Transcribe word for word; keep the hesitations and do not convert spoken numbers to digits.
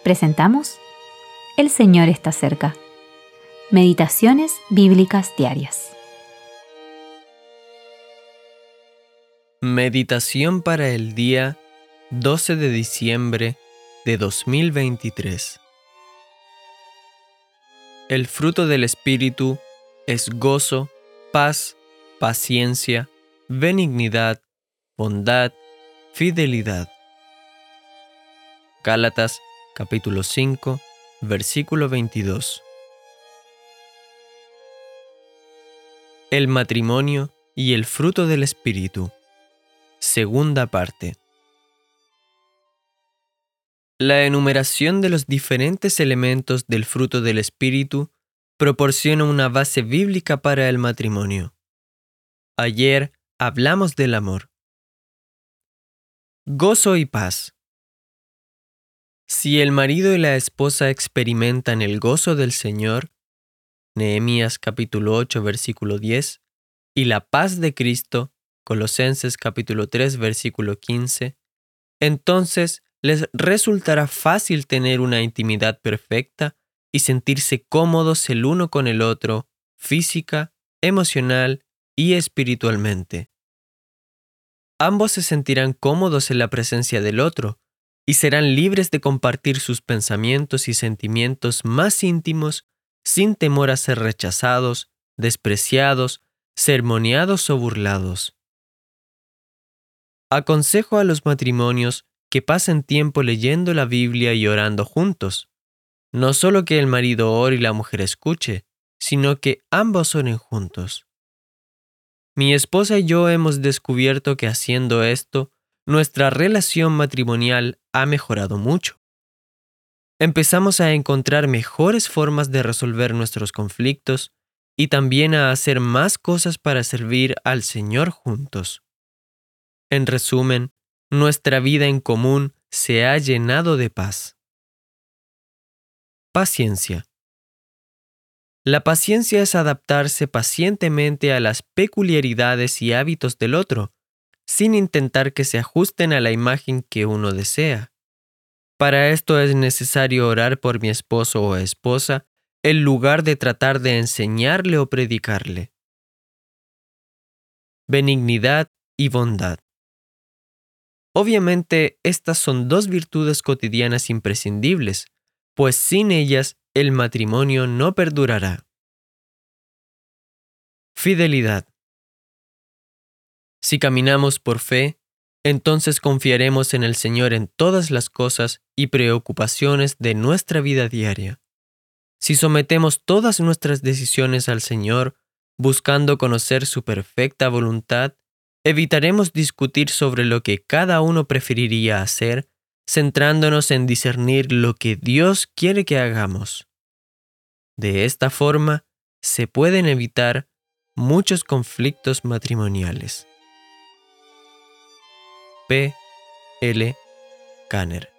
presentamos El Señor está cerca. Meditaciones bíblicas diarias. Meditación para el día doce de diciembre de dos mil veintitrés. El fruto del Espíritu es gozo, paz, paciencia, benignidad, bondad, fidelidad. Gálatas capítulo cinco, versículo veintidós. El matrimonio y el fruto del Espíritu. Segunda parte. La enumeración de los diferentes elementos del fruto del Espíritu proporciona una base bíblica para el matrimonio. Ayer hablamos del amor. Gozo y paz. Si el marido y la esposa experimentan el gozo del Señor, Nehemías capítulo ocho, versículo diez, y la paz de Cristo, Colosenses capítulo tres, versículo quince, entonces les resultará fácil tener una intimidad perfecta y sentirse cómodos el uno con el otro, física, emocional y espiritualmente. Ambos se sentirán cómodos en la presencia del otro y serán libres de compartir sus pensamientos y sentimientos más íntimos sin temor a ser rechazados, despreciados, sermoneados o burlados. Aconsejo a los matrimonios que pasen tiempo leyendo la Biblia y orando juntos. No solo que el marido ore y la mujer escuche, sino que ambos oren juntos. Mi esposa y yo hemos descubierto que haciendo esto, nuestra relación matrimonial ha mejorado mucho. Empezamos a encontrar mejores formas de resolver nuestros conflictos y también a hacer más cosas para servir al Señor juntos. En resumen, nuestra vida en común se ha llenado de paz. Paciencia. La paciencia es adaptarse pacientemente a las peculiaridades y hábitos del otro, sin intentar que se ajusten a la imagen que uno desea. Para esto es necesario orar por mi esposo o esposa en lugar de tratar de enseñarle o predicarle. Benignidad y bondad. Obviamente, estas son dos virtudes cotidianas imprescindibles, pues sin ellas el matrimonio no perdurará. Fidelidad. Si caminamos por fe, entonces confiaremos en el Señor en todas las cosas y preocupaciones de nuestra vida diaria. Si sometemos todas nuestras decisiones al Señor, buscando conocer su perfecta voluntad, evitaremos discutir sobre lo que cada uno preferiría hacer, centrándonos en discernir lo que Dios quiere que hagamos. De esta forma, se pueden evitar muchos conflictos matrimoniales. P. L. Kanner.